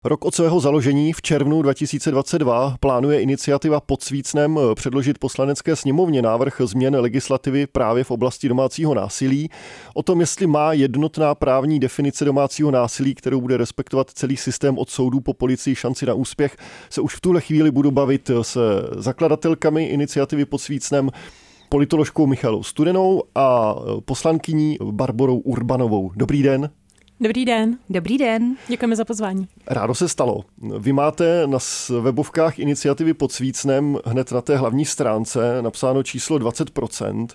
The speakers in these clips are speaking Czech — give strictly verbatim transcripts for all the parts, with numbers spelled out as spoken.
Rok od svého založení v červnu dva tisíce dvacet dva plánuje iniciativa Pod svícnem předložit Poslanecké sněmovně návrh změn legislativy právě v oblasti domácího násilí. O tom, jestli má jednotná právní definice domácího násilí, kterou bude respektovat celý systém od soudů po policii šanci na úspěch, se už v tuhle chvíli budu bavit se zakladatelkami iniciativy Pod svícnem, politoložkou Michalou Studenou a poslankyní Barborou Urbanovou. Dobrý den. Dobrý den. Dobrý den. Děkujeme za pozvání. Rádo se stalo. Vy máte na webovkách iniciativy Pod svícnem hned na té hlavní stránce napsáno číslo dvacet procent,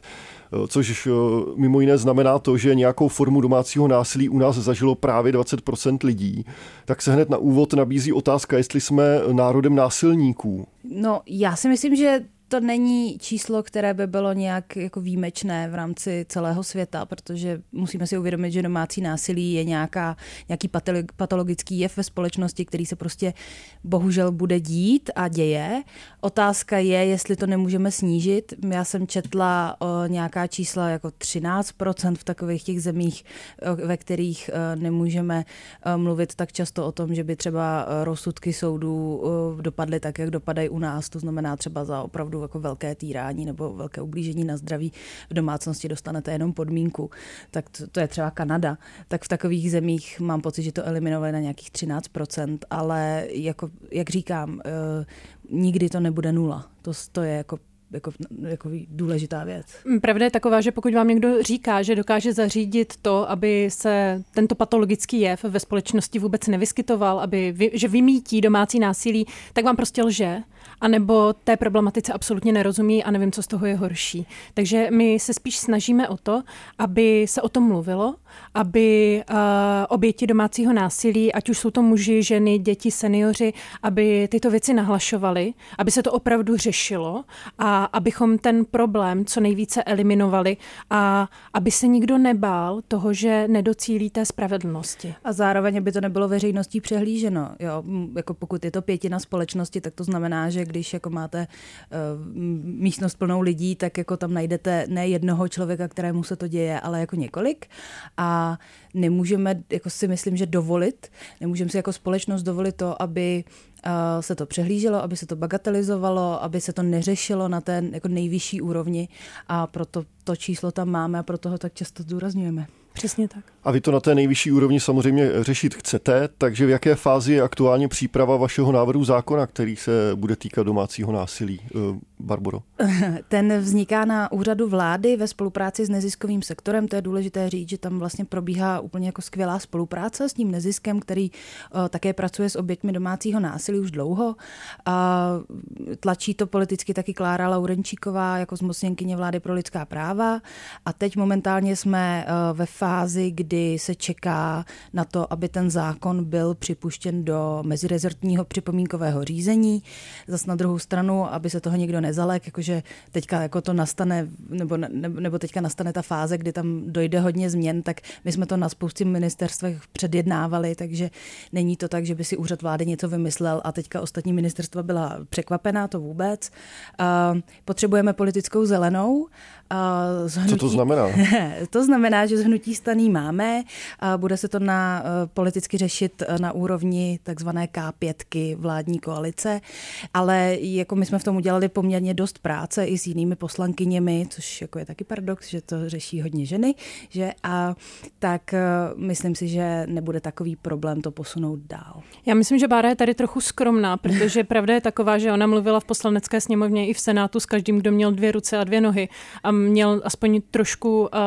což mimo jiné znamená to, že nějakou formu domácího násilí u nás zažilo právě dvacet procent lidí. Tak se hned na úvod nabízí otázka, jestli jsme národem násilníků. No, já si myslím, že to není číslo, které by bylo nějak jako výjimečné v rámci celého světa, protože musíme si uvědomit, že domácí násilí je nějaká, nějaký patologický jev ve společnosti, který se prostě bohužel bude dít a děje. Otázka je, jestli to nemůžeme snížit. Já jsem četla o nějaká čísla jako třináct procent v takových těch zemích, ve kterých nemůžeme mluvit tak často o tom, že by třeba rozsudky soudů dopadly tak, jak dopadají u nás. To znamená třeba za opravdu jako velké týrání nebo velké ublížení na zdraví v domácnosti dostanete jenom podmínku. Tak to, to je třeba Kanada. Tak v takových zemích mám pocit, že to eliminovali na nějakých třináct procent, ale jako, jak říkám, e, nikdy to nebude nula. To, to je jako Jako, jako důležitá věc. Pravda je taková, že pokud vám někdo říká, že dokáže zařídit to, aby se tento patologický jev ve společnosti vůbec nevyskytoval, aby vy, že vymítí domácí násilí, tak vám prostě lže, anebo té problematice absolutně nerozumí a nevím, co z toho je horší. Takže my se spíš snažíme o to, aby se o tom mluvilo, aby uh, oběti domácího násilí, ať už jsou to muži, ženy, děti, seniori, aby tyto věci nahlašovali, aby se to opravdu řešilo a abychom ten problém co nejvíce eliminovali a aby se nikdo nebál toho, že nedocílí té spravedlnosti. A zároveň, aby to nebylo veřejností přehlíženo. Jo? Jako pokud je to pětina společnosti, tak to znamená, že když jako máte uh, místnost plnou lidí, tak jako tam najdete ne jednoho člověka, kterému se to děje, ale jako několik. A nemůžeme, jako si myslím, že dovolit, nemůžeme si jako společnost dovolit to, aby se to přehlíželo, aby se to bagatelizovalo, aby se to neřešilo na té jako nejvyšší úrovni a proto to číslo tam máme a proto ho tak často zdůrazňujeme. Přesně tak. A vy to na té nejvyšší úrovni samozřejmě řešit chcete, takže v jaké fázi je aktuálně příprava vašeho návrhu zákona, který se bude týkat domácího násilí? Barboro. Ten vzniká na úřadu vlády ve spolupráci s neziskovým sektorem. To je důležité říct, že tam vlastně probíhá úplně jako skvělá spolupráce s tím neziskem, který uh, také pracuje s oběťmi domácího násilí už dlouho. A tlačí to politicky taky Klára Laurenčíková jako zmocněnkyně vlády pro lidská práva. A teď momentálně jsme uh, ve fázi, kdy se čeká na to, aby ten zákon byl připuštěn do mezirezortního připomínkového řízení. Zas na druhou stranu, aby se toho někdo nezalek, jakože teďka jako to nastane, nebo, nebo teďka nastane ta fáze, kdy tam dojde hodně změn, tak my jsme to na spoustě ministerstvech předjednávali, takže není to tak, že by si úřad vlády něco vymyslel a teďka ostatní ministerstva byla překvapená, to vůbec. Uh, potřebujeme politickou zelenou. Uh, hnutí... Co to znamená? To znamená, že z hnutí STAN máme, uh, bude se to na, uh, politicky řešit na úrovni takzvané ká pět vládní koalice, ale jako my jsme v tom udělali poměrně dost práce i s jinými poslankyněmi, což jako je taky paradox, že to řeší hodně ženy, že a tak uh, myslím si, že nebude takový problém to posunout dál. Já myslím, že Bára je tady trochu skromná, protože pravda je taková, že ona mluvila v Poslanecké sněmovně i v Senátu s každým, kdo měl dvě ruce a dvě nohy a měl aspoň trošku uh,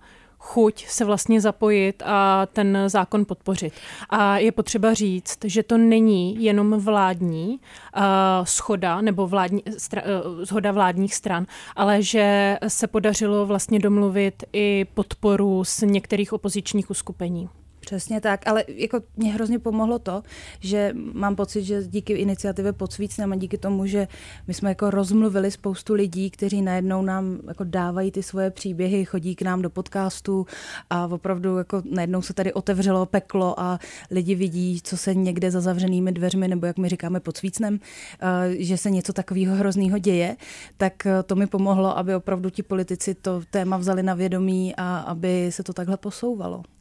chuť se vlastně zapojit a ten zákon podpořit. A je potřeba říct, že to není jenom vládní uh, shoda nebo vládní, stra, uh, shoda vládních stran, ale že se podařilo vlastně domluvit i podporu z některých opozičních uskupení. Přesně tak, ale jako mě hrozně pomohlo to, že mám pocit, že díky iniciativě Pod svícnem a díky tomu, že my jsme jako rozmluvili spoustu lidí, kteří najednou nám jako dávají ty svoje příběhy, chodí k nám do podcastu a opravdu jako najednou se tady otevřelo peklo a lidi vidí, co se někde za zavřenými dveřmi, nebo jak my říkáme pod svícnem, že se něco takového hroznýho děje, tak to mi pomohlo, aby opravdu ti politici to téma vzali na vědomí a aby se to takhle posouvalo.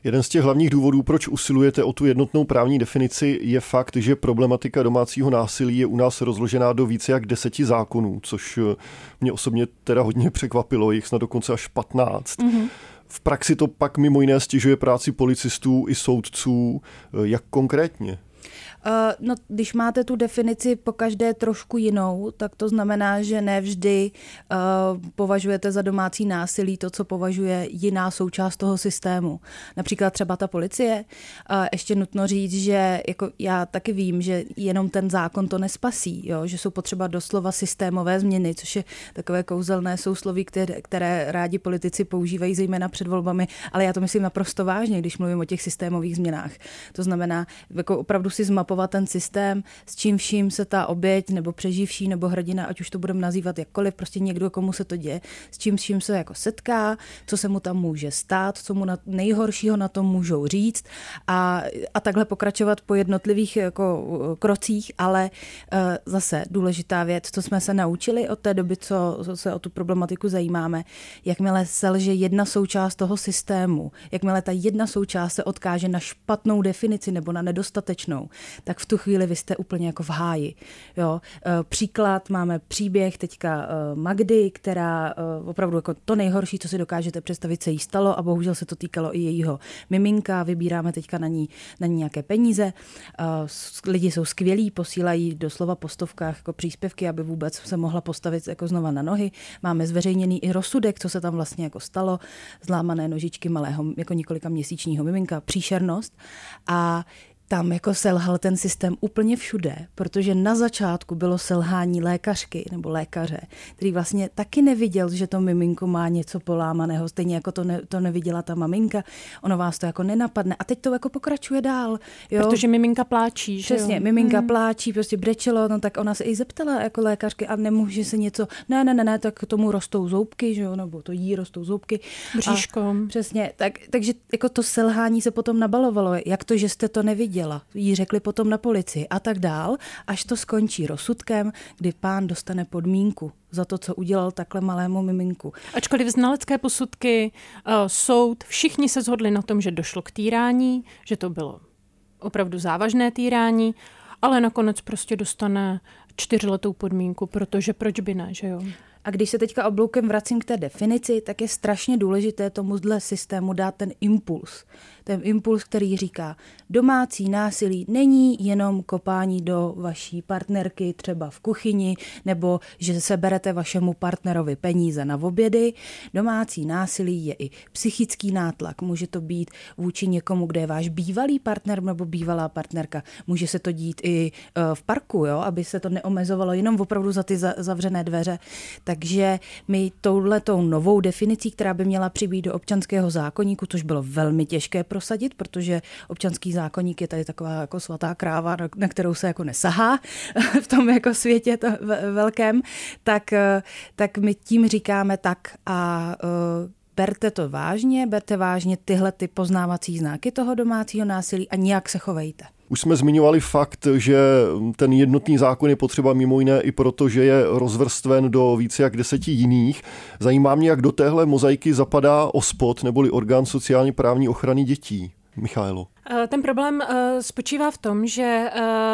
Jeden z těch hlavních důvodů, proč usilujete o tu jednotnou právní definici, je fakt, že problematika domácího násilí je u nás rozložená do více jak deseti zákonů, což mě osobně teda hodně překvapilo, jich snad dokonce až patnáct. Mm-hmm. V praxi to pak mimo jiné stěžuje práci policistů i soudců. Jak konkrétně? Uh, no, když máte tu definici po každé trošku jinou, tak to znamená, že nevždy uh, považujete za domácí násilí to, co považuje jiná součást toho systému. Například třeba ta policie. Uh, ještě nutno říct, že jako já taky vím, že jenom ten zákon to nespasí, jo? Že jsou potřeba doslova systémové změny, což je takové kouzelné sousloví, které, které rádi politici používají zejména před volbami, ale já to myslím naprosto vážně, když mluvím o těch systémových změnách. To znamená, jako opravdu si zmapovat ten systém, s čím vším se ta oběť nebo přeživší nebo hrdina, ať už to budeme nazývat jakkoliv, prostě někdo, komu se to děje, s čím vším se jako setká, co se mu tam může stát, co mu na, nejhoršího na tom můžou říct a, a takhle pokračovat po jednotlivých jako krocích, ale uh, zase důležitá věc, co jsme se naučili od té doby, co, co se o tu problematiku zajímáme, jakmile selže jedna součást toho systému, jakmile ta jedna součást se odkáže na špatnou definici nebo na nedostatečnou, tak v tu chvíli vy jste úplně jako v háji. Jo. Příklad, máme příběh teďka Magdy, která opravdu jako to nejhorší, co si dokážete představit, se jí stalo a bohužel se to týkalo i jejího miminka, vybíráme teďka na ní, na ní nějaké peníze. Lidi jsou skvělí, posílají doslova po stovkách jako příspěvky, aby vůbec se mohla postavit jako znova na nohy. Máme zveřejněný i rozsudek, co se tam vlastně jako stalo, zlámané nožičky malého, jako několika měsíčního miminka, příšernost a tam jako selhal ten systém úplně všude, protože na začátku bylo selhání lékařky nebo lékaře, který vlastně taky neviděl, že to miminko má něco polámaného, stejně jako to, ne, to neviděla ta maminka, ono vás to jako nenapadne a teď to jako pokračuje dál. Jo? Protože miminka pláčí, že Přesně, jo? miminka hmm. pláčí, prostě brečelo, no tak ona se i zeptala jako lékařky a nemůže se něco, ne, ne, ne, ne, tak tomu rostou zoubky, že jo, nebo to jí rostou zoubky. Bříškom. A, přesně, tak, takže jako to selhání se potom nabalovalo, jak to, že jste to neviděli. Jí řekli potom na policii a tak dál, až to skončí rozsudkem, kdy pán dostane podmínku za to, co udělal takhle malému miminku. Ačkoliv znalecké posudky, soud, všichni se shodli na tom, že došlo k týrání, že to bylo opravdu závažné týrání, ale nakonec prostě dostane čtyřletou podmínku, protože proč by ne, že jo? A když se teďka obloukem vracím k té definici, tak je strašně důležité tomuhle systému dát ten impuls. Ten impuls, který říká, domácí násilí není jenom kopání do vaší partnerky třeba v kuchyni, nebo že seberete vašemu partnerovi peníze na obědy. Domácí násilí je i psychický nátlak. Může to být vůči někomu, kde je váš bývalý partner nebo bývalá partnerka. Může se to dít i v parku, jo? Aby se to neomezovalo jenom opravdu za ty zavřené dveře. Takže my touhletou novou definicí, která by měla přibýt do občanského zákoníku, což bylo velmi těžké prosadit, protože občanský zákoník je tady taková jako svatá kráva, na kterou se jako nesahá v tom jako světě to velkém, tak, tak my tím říkáme tak a uh, berte to vážně, berte vážně tyhle ty poznávací znáky toho domácího násilí a nějak se chovejte. Už jsme zmiňovali fakt, že ten jednotný zákon je potřeba mimo jiné i proto, že je rozvrstven do více jak deseti jiných. Zajímá mě, jak do téhle mozaiky zapadá OSPOD, neboli Orgán sociálně právní ochrany dětí. Michaelo. Ten problém spočívá v tom, že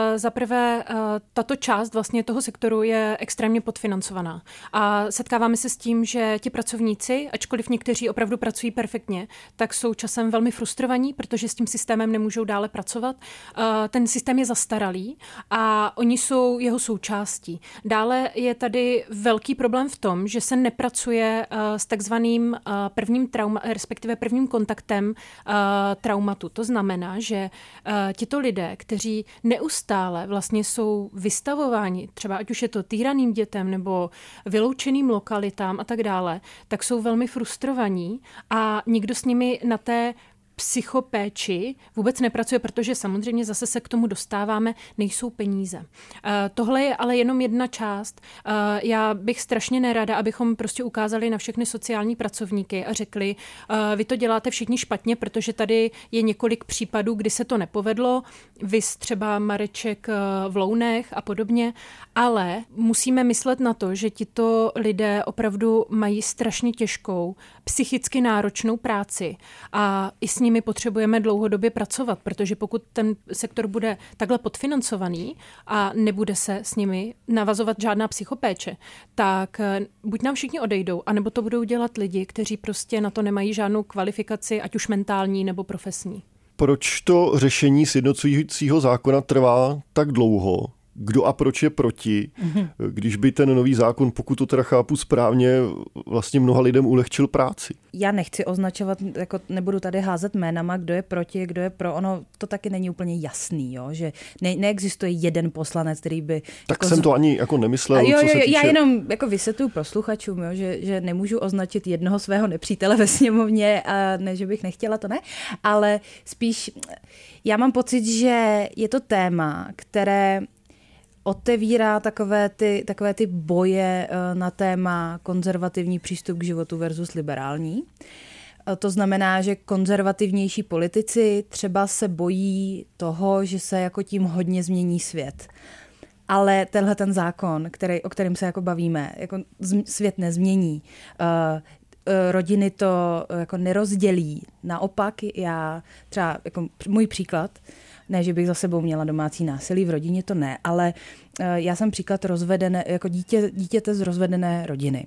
zaprvé tato část vlastně toho sektoru je extrémně podfinancovaná. A setkáváme se s tím, že ti pracovníci, ačkoliv někteří opravdu pracují perfektně, tak jsou časem velmi frustrovaní, protože s tím systémem nemůžou dále pracovat. Ten systém je zastaralý a oni jsou jeho součástí. Dále je tady velký problém v tom, že se nepracuje s takzvaným prvním trauma, respektive prvním kontaktem traumatu. To znamená, že uh, tito lidé, kteří neustále vlastně jsou vystavováni, třeba ať už je to týraným dětem nebo vyloučeným lokalitám a tak dále, tak jsou velmi frustrovaní a nikdo s nimi na té psychopéči vůbec nepracuje, protože samozřejmě zase se k tomu dostáváme, nejsou peníze. Uh, tohle je ale jenom jedna část. Uh, já bych strašně nerada, abychom prostě ukázali na všechny sociální pracovníky a řekli, uh, vy to děláte všichni špatně, protože tady je několik případů, kdy se to nepovedlo, vys třeba Mareček uh, v Lounech a podobně, ale musíme myslet na to, že tito lidé opravdu mají strašně těžkou, psychicky náročnou práci a i s nimi nimi potřebujeme dlouhodobě pracovat, protože pokud ten sektor bude takhle podfinancovaný a nebude se s nimi navazovat žádná psychopéče, tak buď nám všichni odejdou, anebo to budou dělat lidi, kteří prostě na to nemají žádnou kvalifikaci, ať už mentální nebo profesní. Proč to řešení sjednocujícího zákona trvá tak dlouho? Kdo a proč je proti, když by ten nový zákon, pokud to teda chápu správně, vlastně mnoha lidem ulehčil práci? Já nechci označovat, jako nebudu tady házet jménama, kdo je proti, kdo je pro. Ono to taky není úplně jasný, jo? Že ne, neexistuje jeden poslanec, který by... Tak jako jsem z... to ani jako nemyslel. Jo, jo, co se týče... Já jenom jako vysvětluju posluchačům, jo? Že, že nemůžu označit jednoho svého nepřítele ve sněmovně, a ne, že bych nechtěla, to ne, ale spíš já mám pocit, že je to téma, které otevírá takové ty, takové ty boje na téma konzervativní přístup k životu versus liberální. To znamená, že konzervativnější politici třeba se bojí toho, že se jako tím hodně změní svět. Ale tenhle ten zákon, který, o kterém se jako bavíme, jako svět nezmění. Rodiny to jako nerozdělí. Naopak já třeba, jako můj příklad, ne, že bych za sebou měla domácí násilí v rodině, to ne, ale já jsem příklad rozvedené, jako dítě, dítěte z rozvedené rodiny.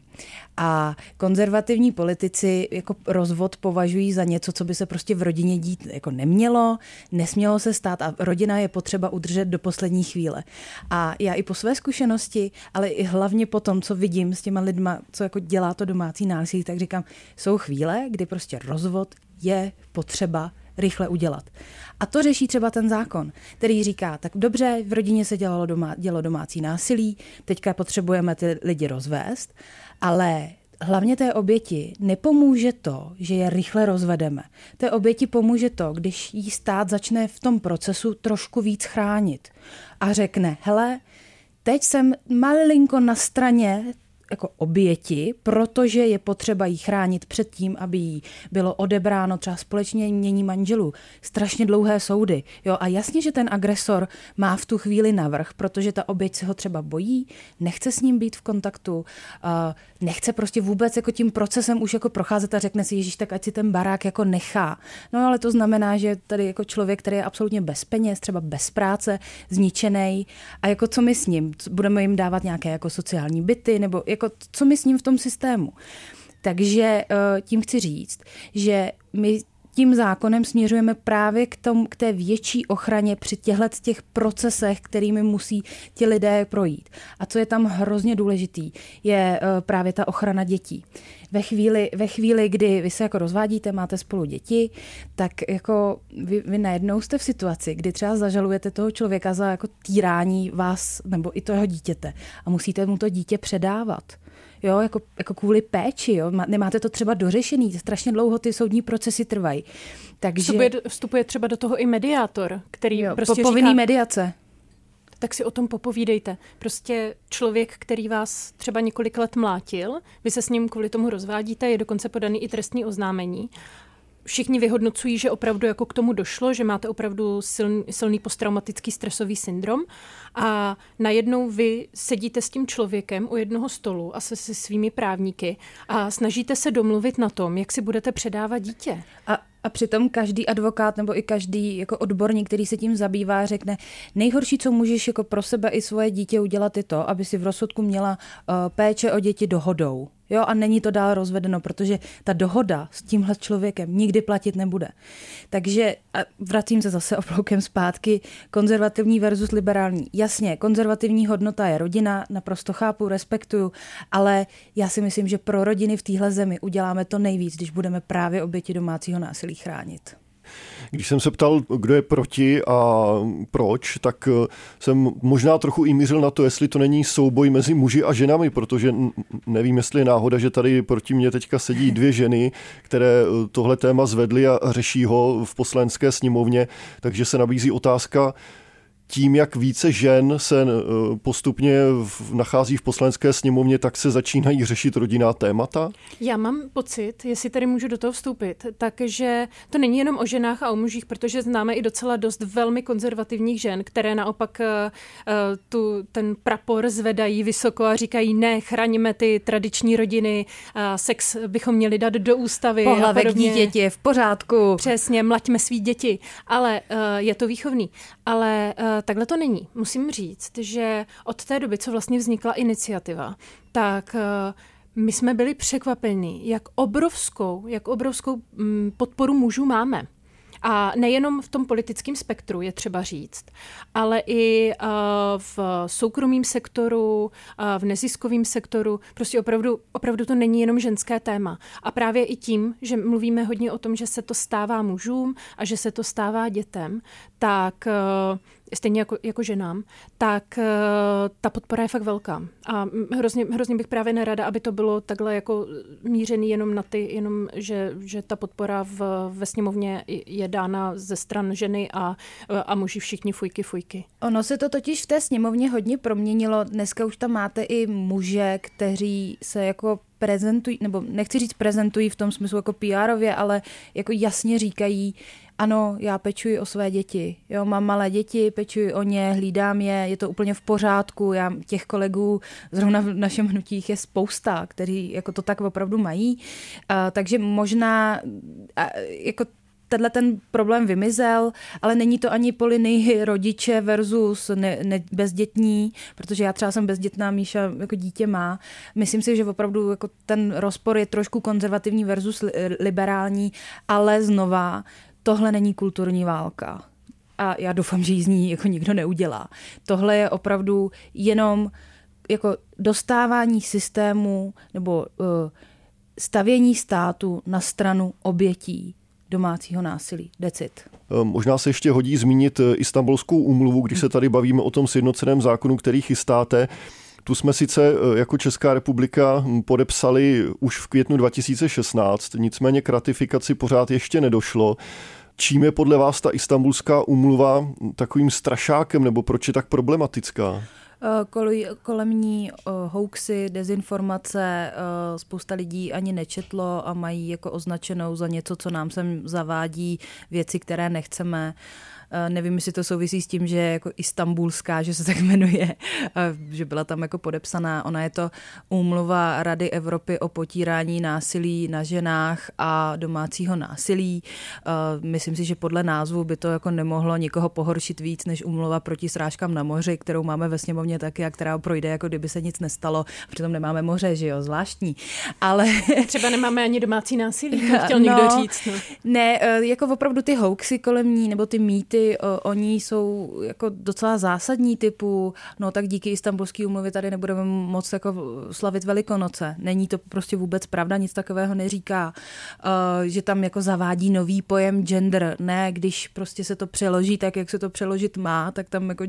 A konzervativní politici jako rozvod považují za něco, co by se prostě v rodině dít jako nemělo, nesmělo se stát a rodina je potřeba udržet do poslední chvíle. A já i po své zkušenosti, ale i hlavně po tom, co vidím s těma lidma, co jako dělá to domácí násilí, tak říkám, jsou chvíle, kdy prostě rozvod je potřeba rychle udělat. A to řeší třeba ten zákon, který říká, tak dobře, v rodině se dělalo doma, dělo domácí násilí, teďka potřebujeme ty lidi rozvést, ale hlavně té oběti nepomůže to, že je rychle rozvedeme. Té oběti pomůže to, když jí stát začne v tom procesu trošku víc chránit a řekne, hele, teď jsem malinko na straně jako oběti, protože je potřeba jí chránit před tím, aby jí bylo odebráno třeba společně mění manželů. Strašně dlouhé soudy. Jo, a jasně, že ten agresor má v tu chvíli navrch, protože ta oběť se ho třeba bojí, nechce s ním být v kontaktu, uh, nechce prostě vůbec jako tím procesem už jako procházet a řekne si, ježíš, tak ať si ten barák jako nechá. No ale to znamená, že tady jako člověk, který je absolutně bez peněz, třeba bez práce, zničenej a jako co my s ním? Budeme jim dávat nějaké jako sociální byty nebo jako co my s ním v tom systému. Takže tím chci říct, že my tím zákonem směřujeme právě k, tom, k té větší ochraně při těchto těch procesech, kterými musí ti lidé projít. A co je tam hrozně důležitý, je právě ta ochrana dětí. Ve chvíli, ve chvíli, kdy vy se jako rozvádíte, máte spolu děti, tak jako vy, vy najednou jste v situaci, kdy třeba zažalujete toho člověka za jako týrání vás nebo i toho dítěte a musíte mu to dítě předávat. Jo, jako, jako kvůli péči, jo. Nemáte to třeba dořešený, strašně dlouho ty soudní procesy trvají. Takže... Vstupuje, vstupuje třeba do toho i mediátor, který jo, prostě po, povinný říká, mediace. Tak si o tom popovídejte. Prostě člověk, který vás třeba několik let mlátil, vy se s ním kvůli tomu rozvádíte, je dokonce podaný i trestní oznámení. Všichni vyhodnocují, že opravdu jako k tomu došlo, že máte opravdu silný, silný posttraumatický stresový syndrom a najednou vy sedíte s tím člověkem u jednoho stolu a se, se svými právníky a snažíte se domluvit na tom, jak si budete předávat dítě. A A přitom každý advokát nebo i každý jako odborník, který se tím zabývá, řekne, nejhorší, co můžeš jako pro sebe i svoje dítě udělat, je to, aby si v rozsudku měla uh, péče o děti dohodou. Jo, a není to dál rozvedeno, protože ta dohoda s tímhle člověkem nikdy platit nebude. Takže a vracím se zase obloukem zpátky, konzervativní versus liberální. Jasně, konzervativní hodnota je rodina, naprosto chápu, respektuju, ale já si myslím, že pro rodiny v téhle zemi uděláme to nejvíc, když budeme právě oběti domácího násilí chránit. Když jsem se ptal, kdo je proti a proč, tak jsem možná trochu i mířil na to, jestli to není souboj mezi muži a ženami, protože nevím, jestli je náhoda, že tady proti mně teďka sedí dvě ženy, které tohle téma zvedly a řeší ho v poslanecké sněmovně, takže se nabízí otázka, tím, jak více žen se postupně nachází v poslanecké sněmovně, tak se začínají řešit rodinná témata? Já mám pocit, jestli tady můžu do toho vstoupit, takže to není jenom o ženách a o mužích, protože známe i docela dost velmi konzervativních žen, které naopak uh, tu, ten prapor zvedají vysoko a říkají, ne, chraňme ty tradiční rodiny, uh, sex bychom měli dát do ústavy. Pohlavek dítěti je v pořádku. Přesně, mlaďme svý děti, ale uh, je to výchovný. Ale uh, takhle to není. Musím říct, že od té doby, co vlastně vznikla iniciativa, tak my jsme byli překvapeni, jak obrovskou, jak obrovskou podporu mužů máme. A nejenom v tom politickém spektru, je třeba říct, ale i v soukromém sektoru, v neziskovém sektoru. Prostě opravdu, opravdu to není jenom ženské téma. A právě i tím, že mluvíme hodně o tom, že se to stává mužům a že se to stává dětem, tak stejně jako, jako ženám, tak uh, ta podpora je fakt velká. A hrozně, hrozně bych právě nerada, aby to bylo takhle jako mířený jenom na ty, jenom, že, že ta podpora v, ve sněmovně je dána ze stran ženy a, a muži všichni fujky, fujky. Ono se to totiž v té sněmovně hodně proměnilo. Dneska už tam máte i muže, kteří se jako prezentují, nebo nechci říct prezentují v tom smyslu jako P R-ově, ale jako jasně říkají, ano, já pečuji o své děti. Jo, mám malé děti, pečuji o ně, hlídám je, je to úplně v pořádku. Já těch kolegů zrovna v našem hnutí je spousta, kteří jako to tak opravdu mají. Uh, takže možná uh, jako tenhle ten problém vymizel, ale není to ani po linii rodiče versus ne, ne, bezdětní, protože já třeba jsem bezdětná, Míša jako dítě má. Myslím si, že opravdu jako ten rozpor je trošku konzervativní versus liberální, ale znova tohle není kulturní válka. A já doufám, že ji z ní jako nikdo neudělá. Tohle je opravdu jenom jako dostávání systému nebo uh, stavění státu na stranu obětí domácího násilí. Decid. Možná se ještě hodí zmínit Istanbulskou úmluvu, když se tady bavíme o tom sjednoceném zákonu, který chystáte. Tu jsme sice jako Česká republika podepsali už v květnu dva tisíce šestnáct, nicméně k ratifikaci pořád ještě nedošlo. Čím je podle vás ta Istanbulská úmluva takovým strašákem, nebo proč je tak problematická? Kolem ní hoaxy, dezinformace, spousta lidí ani nečetlo a mají jako označenou za něco, co nám sem zavádí věci, které nechceme. Nevím, jestli to souvisí s tím, že je jako Istanbulská, že se tak jmenuje, že byla tam jako podepsaná. Ona je to úmluva Rady Evropy o potírání násilí na ženách a domácího násilí. Myslím si, že podle názvu by to jako nemohlo nikoho pohoršit víc, než úmluva proti srážkám na moři, kterou máme ve sněmovně taky a která projde, jako kdyby se nic nestalo. Přitom nemáme moře, že jo, zvláštní. Ale třeba nemáme ani domácí násilí, to chtěl někdo no, říct. No. Ne, jako opravdu ty hoaxy kolem ní, nebo ty mýty, oni jsou jako docela zásadní typu, no tak díky Istanbulské úmluvě tady nebudeme moc jako slavit Velikonoce. Není to prostě vůbec pravda, nic takového neříká, uh, že tam jako zavádí nový pojem gender. Ne, když prostě se to přeloží tak, jak se to přeložit má, tak tam jako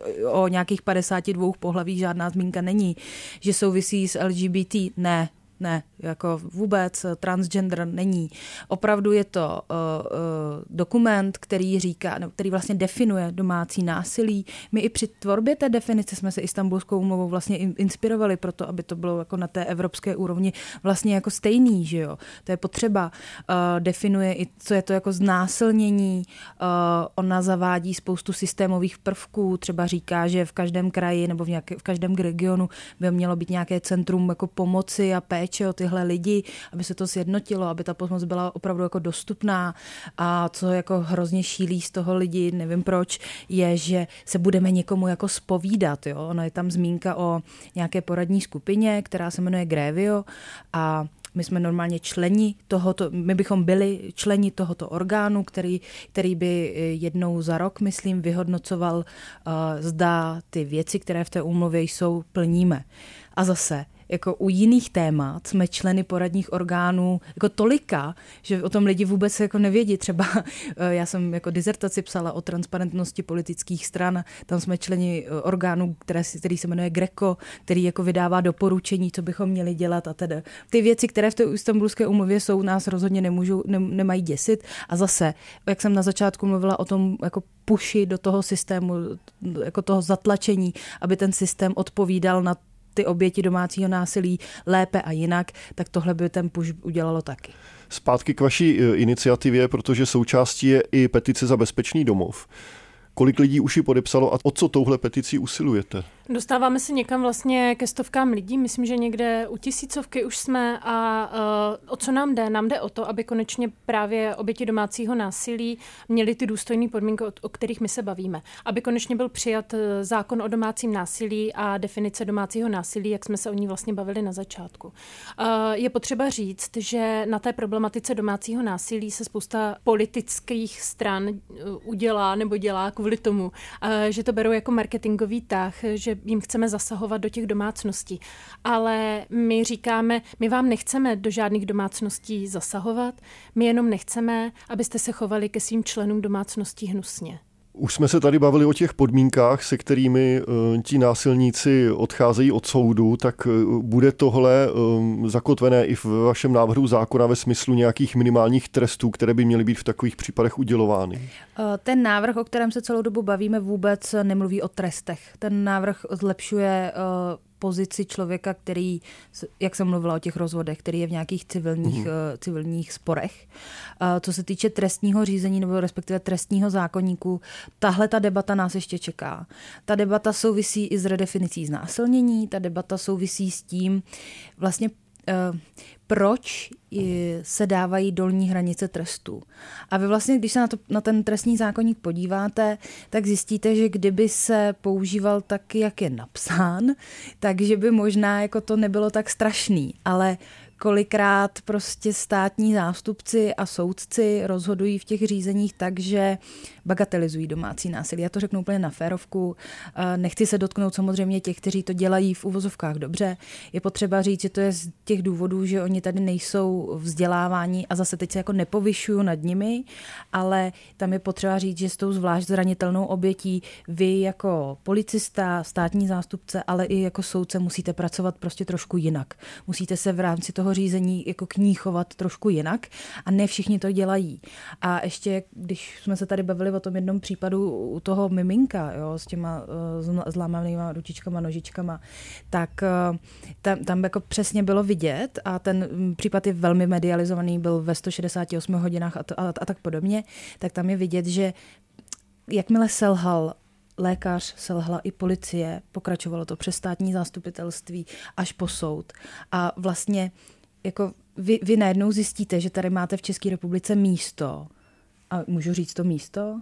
o nějakých padesáti dvou pohlaví žádná zmínka není. Že souvisí s L G B T, ne. Ne, jako vůbec transgender není. Opravdu je to uh, uh, dokument, který říká, no, který vlastně definuje domácí násilí. My i při tvorbě té definice jsme se Istanbulskou úmluvou vlastně inspirovali proto, aby to bylo jako na té evropské úrovni vlastně jako stejný, že jo. To je potřeba. Uh, definuje i, co je to jako znásilnění. Uh, ona zavádí spoustu systémových prvků, třeba říká, že v každém kraji nebo v, nějaké, v každém regionu by mělo být nějaké centrum jako pomoci a péče o tyhle lidi, aby se to sjednotilo, aby ta pomoc byla opravdu jako dostupná. A co jako hrozně šílí z toho lidi, nevím proč, je, že se budeme někomu jako zpovídat. Jo? Ono je tam zmínka o nějaké poradní skupině, která se jmenuje Grevio a my jsme normálně členi tohoto, my bychom byli členi tohoto orgánu, který, který by jednou za rok, myslím, vyhodnocoval, uh, zda ty věci, které v té úmluvě jsou, plníme. A zase, jako u jiných témat jsme členy poradních orgánů jako tolika, že o tom lidi vůbec jako nevědí. Třeba já jsem jako dizertaci psala o transparentnosti politických stran, tam jsme členi orgánu, které, který se jmenuje Greco, který jako vydává doporučení, co bychom měli dělat a teda. Ty věci, které v té Istanbulské úmluvě jsou, nás rozhodně nemůžou, ne, nemají děsit. A zase, jak jsem na začátku mluvila o tom jako puši do toho systému, jako toho zatlačení, aby ten systém odpovídal na ty oběti domácího násilí lépe a jinak, tak tohle by ten push udělalo taky. Zpátky k vaší iniciativě, protože součástí je i petice za bezpečný domov. Kolik lidí už ji podepsalo a o co touhle peticí usilujete? Dostáváme se někam vlastně ke stovkám lidí, myslím, že někde u tisícovky už jsme a uh, o co nám jde? Nám jde o to, aby konečně právě oběti domácího násilí měly ty důstojné podmínky, o, o kterých my se bavíme. Aby konečně byl přijat zákon o domácím násilí a definice domácího násilí, jak jsme se o ní vlastně bavili na začátku. Uh, je potřeba říct, že na té problematice domácího násilí se spousta politických stran udělá nebo dělá kvůli tomu, uh, že to berou jako marketingový tah, že jim chceme zasahovat do těch domácností. Ale my říkáme, my vám nechceme do žádných domácností zasahovat, my jenom nechceme, abyste se chovali ke svým členům domácností hnusně. Už jsme se tady bavili o těch podmínkách, se kterými uh, ti násilníci odcházejí od soudu, tak uh, bude tohle um, zakotvené i v vašem návrhu zákona ve smyslu nějakých minimálních trestů, které by měly být v takových případech udělovány? Ten návrh, o kterém se celou dobu bavíme, vůbec nemluví o trestech. Ten návrh zlepšuje uh, pozici člověka, který, jak jsem mluvila o těch rozvodech, který je v nějakých civilních, mm. civilních sporech. Co se týče trestního řízení nebo respektive trestního zákoníku, tahle ta debata nás ještě čeká. Ta debata souvisí i s redefinicí znásilnění, ta debata souvisí s tím vlastně proč se dávají dolní hranice trestů. A vy vlastně, když se na, to, na ten trestní zákoník podíváte, tak zjistíte, že kdyby se používal tak, jak je napsán, takže by možná jako to nebylo tak strašný. Ale kolikrát prostě státní zástupci a soudci rozhodují v těch řízeních tak, že bagatelizují domácí násilí. Já to řeknu úplně na férovku. Nechci se dotknout samozřejmě těch, kteří to dělají v uvozovkách dobře. Je potřeba říct, že to je z těch důvodů, že oni tady nejsou vzdělávání a zase teď se jako nepovyšuju nad nimi, ale tam je potřeba říct, že s tou zvlášť zranitelnou obětí vy jako policista, státní zástupce, ale i jako soudce musíte pracovat prostě trošku jinak. Musíte se v rámci toho řízení jako k ní chovat trošku jinak a ne všichni to dělají. A ještě, když jsme se tady bavili o tom jednom případu u toho miminka, jo, s těma uh, zlámanýma ručičkama, nožičkama, tak uh, tam, tam jako přesně bylo vidět a ten případ je velmi medializovaný, byl ve sto šedesáti osmi hodinách a, to, a, a tak podobně, tak tam je vidět, že jakmile selhal lékař, selhala i policie, pokračovalo to přes státní zastupitelství až po soud. A vlastně jako vy, vy najednou zjistíte, že tady máte v České republice místo, a můžu říct to místo?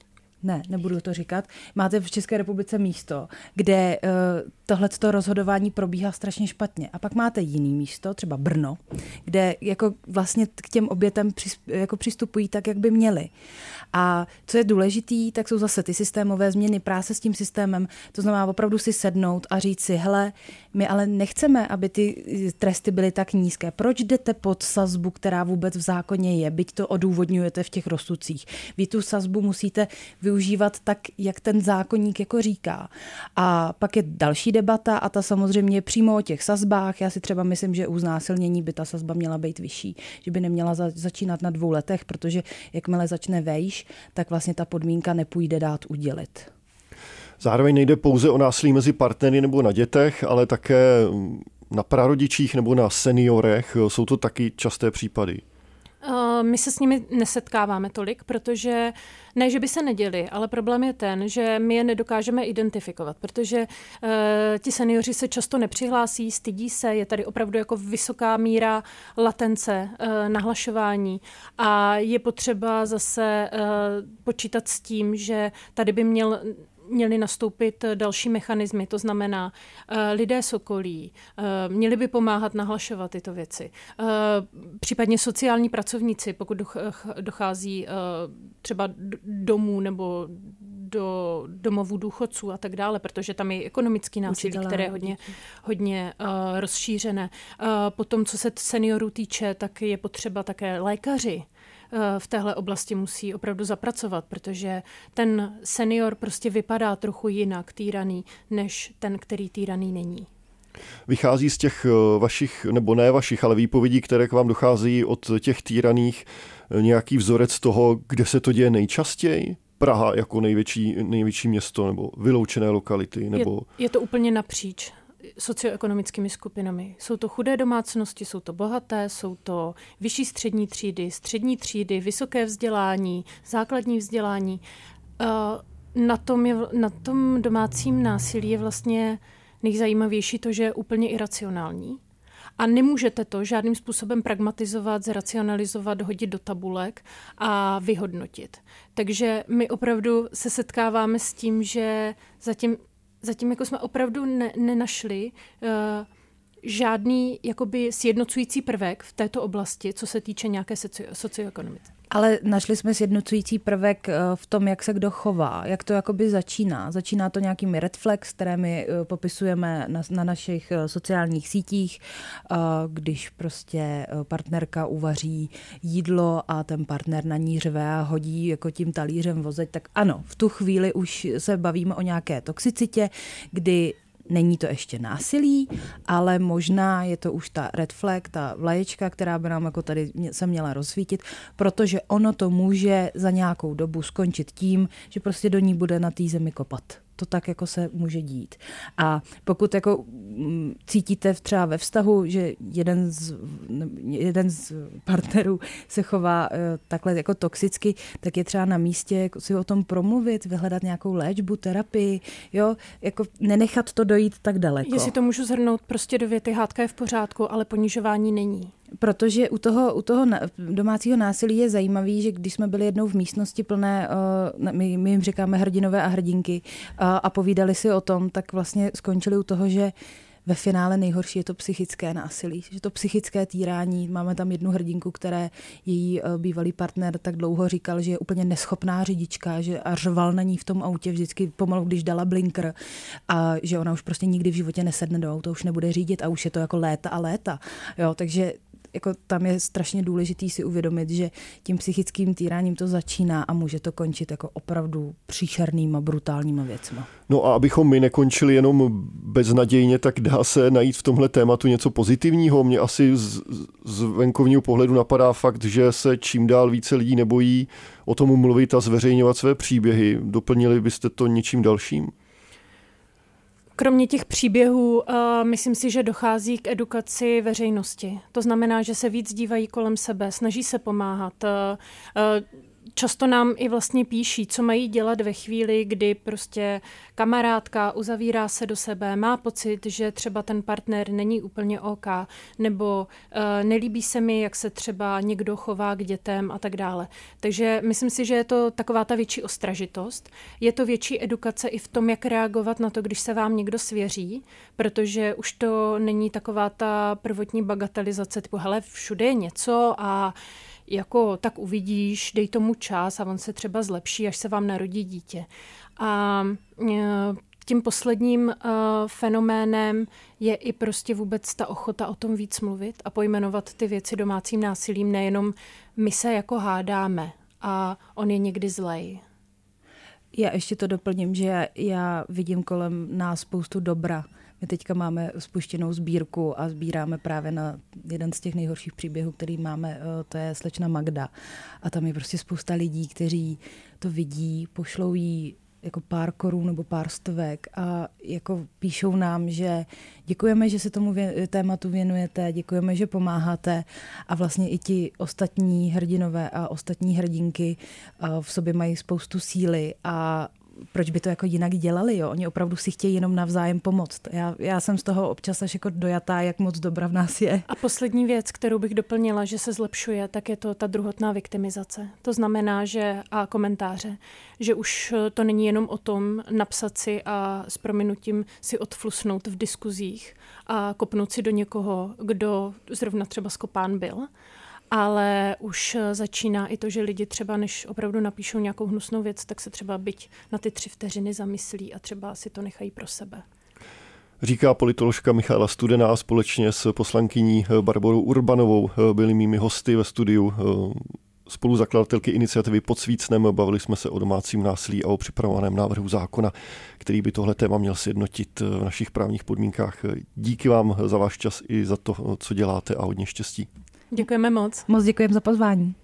Ne, nebudu to říkat. Máte v České republice místo, kde uh, tohleto rozhodování probíhá strašně špatně. A pak máte jiný místo, třeba Brno, kde jako vlastně k těm obětem při, jako přistupují tak, jak by měli. A co je důležitý, tak jsou zase ty systémové změny, práce s tím systémem. To znamená opravdu si sednout a říct si, hele, my ale nechceme, aby ty tresty byly tak nízké. Proč jdete pod sazbu, která vůbec v zákoně je, byť to odůvodňujete v těch rozsudcích? Vy tu sazbu musíte využívat tak, jak ten zákoník jako říká. A pak je další debata a ta samozřejmě přímo o těch sazbách. Já si třeba myslím, že u znásilnění by ta sazba měla být vyšší, že by neměla za, začínat na dvou letech, protože jakmile začne vejš, tak vlastně ta podmínka nepůjde dát udělit. Zároveň nejde pouze o násilí mezi partnery nebo na dětech, ale také na prarodičích nebo na seniorech. Jsou to taky časté případy. My se s nimi nesetkáváme tolik, protože ne, že by se neděli, ale problém je ten, že my je nedokážeme identifikovat, protože uh, ti seniori se často nepřihlásí, stydí se, je tady opravdu jako vysoká míra latence, uh, nahlašování a je potřeba zase uh, počítat s tím, že tady by měl měly nastoupit další mechanismy, to znamená uh, lidé sokolí, uh, měli by pomáhat nahlašovat tyto věci. Uh, případně sociální pracovníci, pokud dochází uh, třeba domů nebo do domovů důchodců a tak dále, protože tam je ekonomický násilí, Učitelé, které je hodně, hodně uh, rozšířené. Uh, potom, co se seniorů týče, tak je potřeba také lékaři v téhle oblasti musí opravdu zapracovat, protože ten senior prostě vypadá trochu jinak týraný, než ten, který týraný není. Vychází z těch vašich, nebo ne vašich, ale výpovědí, které k vám docházejí od těch týraných, nějaký vzorec toho, kde se to děje nejčastěji? Praha jako největší, největší město nebo vyloučené lokality? Nebo... Je, je to úplně napříč socioekonomickými skupinami. Jsou to chudé domácnosti, jsou to bohaté, jsou to vyšší střední třídy, střední třídy, vysoké vzdělání, základní vzdělání. Na tom, je, na tom domácím násilí je vlastně nejzajímavější to, že je úplně iracionální. A nemůžete to žádným způsobem pragmatizovat, zracionalizovat, hodit do tabulek a vyhodnotit. Takže my opravdu se setkáváme s tím, že zatím Zatím jako jsme opravdu ne, nenašli uh, žádný jakoby sjednocující prvek v této oblasti, co se týče nějaké socio- socioekonomice. Ale našli jsme sjednocující prvek v tom, jak se kdo chová, jak to jakoby začíná. Začíná to nějakými red flags, které my popisujeme na, na našich sociálních sítích, když prostě partnerka uvaří jídlo a ten partner na ní řve a hodí jako tím talířem vozeť, tak ano, v tu chvíli už se bavíme o nějaké toxicitě, kdy není to ještě násilí, ale možná je to už ta red flag, ta vlaječka, která by nám jako tady se měla rozsvítit, protože ono to může za nějakou dobu skončit tím, že prostě do ní bude na té zemi kopat. To tak jako se může dít. A pokud jako cítíte třeba ve vztahu, že jeden z, jeden z partnerů se chová takhle jako toxicky, tak je třeba na místě si o tom promluvit, vyhledat nějakou léčbu, terapii, jo, jako nenechat to dojít tak daleko. Jestli to můžu shrnout prostě do věty, hádka je v pořádku, ale ponižování není. Protože u toho, u toho domácího násilí je zajímavý, že když jsme byli jednou v místnosti plné, my, my jim říkáme hrdinové a hrdinky, a, a povídali si o tom, tak vlastně skončili u toho, že ve finále nejhorší je to psychické násilí, že to psychické týrání. Máme tam jednu hrdinku, které její bývalý partner tak dlouho říkal, že je úplně neschopná řidička, že a řval na ní v tom autě vždycky pomalu, když dala blinker a že ona už prostě nikdy v životě nesedne do auta, už nebude řídit a už je to jako léta a léta. Jo, takže jako tam je strašně důležitý si uvědomit, že tím psychickým týráním to začíná a může to končit jako opravdu příšernýma, brutálníma věcma. No a abychom my nekončili jenom beznadějně, tak dá se najít v tomhle tématu něco pozitivního. Mně asi z, z venkovního pohledu napadá fakt, že se čím dál více lidí nebojí o tom mluvit a zveřejňovat své příběhy. Doplnili byste to něčím dalším? Kromě těch příběhů, uh, myslím si, že dochází k edukaci veřejnosti. To znamená, že se víc dívají kolem sebe, snaží se pomáhat. Uh, uh, Často nám i vlastně píší, co mají dělat ve chvíli, kdy prostě kamarádka uzavírá se do sebe, má pocit, že třeba ten partner není úplně OK, nebo uh, nelíbí se mi, jak se třeba někdo chová k dětem a tak dále. Takže myslím si, že je to taková ta větší ostražitost. Je to větší edukace i v tom, jak reagovat na to, když se vám někdo svěří, protože už to není taková ta prvotní bagatelizace, typu hele, všude je něco a jako tak uvidíš, dej tomu čas a on se třeba zlepší, až se vám narodí dítě. A tím posledním fenoménem je i prostě vůbec ta ochota o tom víc mluvit a pojmenovat ty věci domácím násilím, nejenom my se jako hádáme a on je někdy zlej. Já ještě to doplním, že já vidím kolem nás spoustu dobra. My teďka máme spuštěnou sbírku a sbíráme právě na jeden z těch nejhorších příběhů, který máme, to je slečna Magda. A tam je prostě spousta lidí, kteří to vidí, pošlou jí jako pár korun nebo pár stovek a jako píšou nám, že děkujeme, že se tomu vě- tématu věnujete, děkujeme, že pomáháte a vlastně i ti ostatní hrdinové a ostatní hrdinky v sobě mají spoustu síly a proč by to jako jinak dělali, jo? Oni opravdu si chtějí jenom navzájem pomoct. Já, já jsem z toho občas až jako dojatá, jak moc dobra v nás je. A poslední věc, kterou bych doplnila, že se zlepšuje, tak je to ta druhotná viktimizace. To znamená, že a komentáře, že už to není jenom o tom napsat si a s prominutím si odflusnout v diskuzích a kopnout si do někoho, kdo zrovna třeba skopán byl, ale už začíná i to, že lidi třeba, než opravdu napíšou nějakou hnusnou věc, tak se třeba byť na ty tři vteřiny zamyslí a třeba si to nechají pro sebe. Říká politoložka Michaela Studená, společně s poslankyní Barborou Urbanovou byli mými hosty ve studiu. Spoluzakladatelky iniciativy Pod svícnem, bavili jsme se o domácím násilí a o připravovaném návrhu zákona, který by tohle téma měl sjednotit v našich právních podmínkách. Díky vám za váš čas i za to, co děláte a hodně štěstí. Děkujeme moc. Moc děkujeme za pozvání.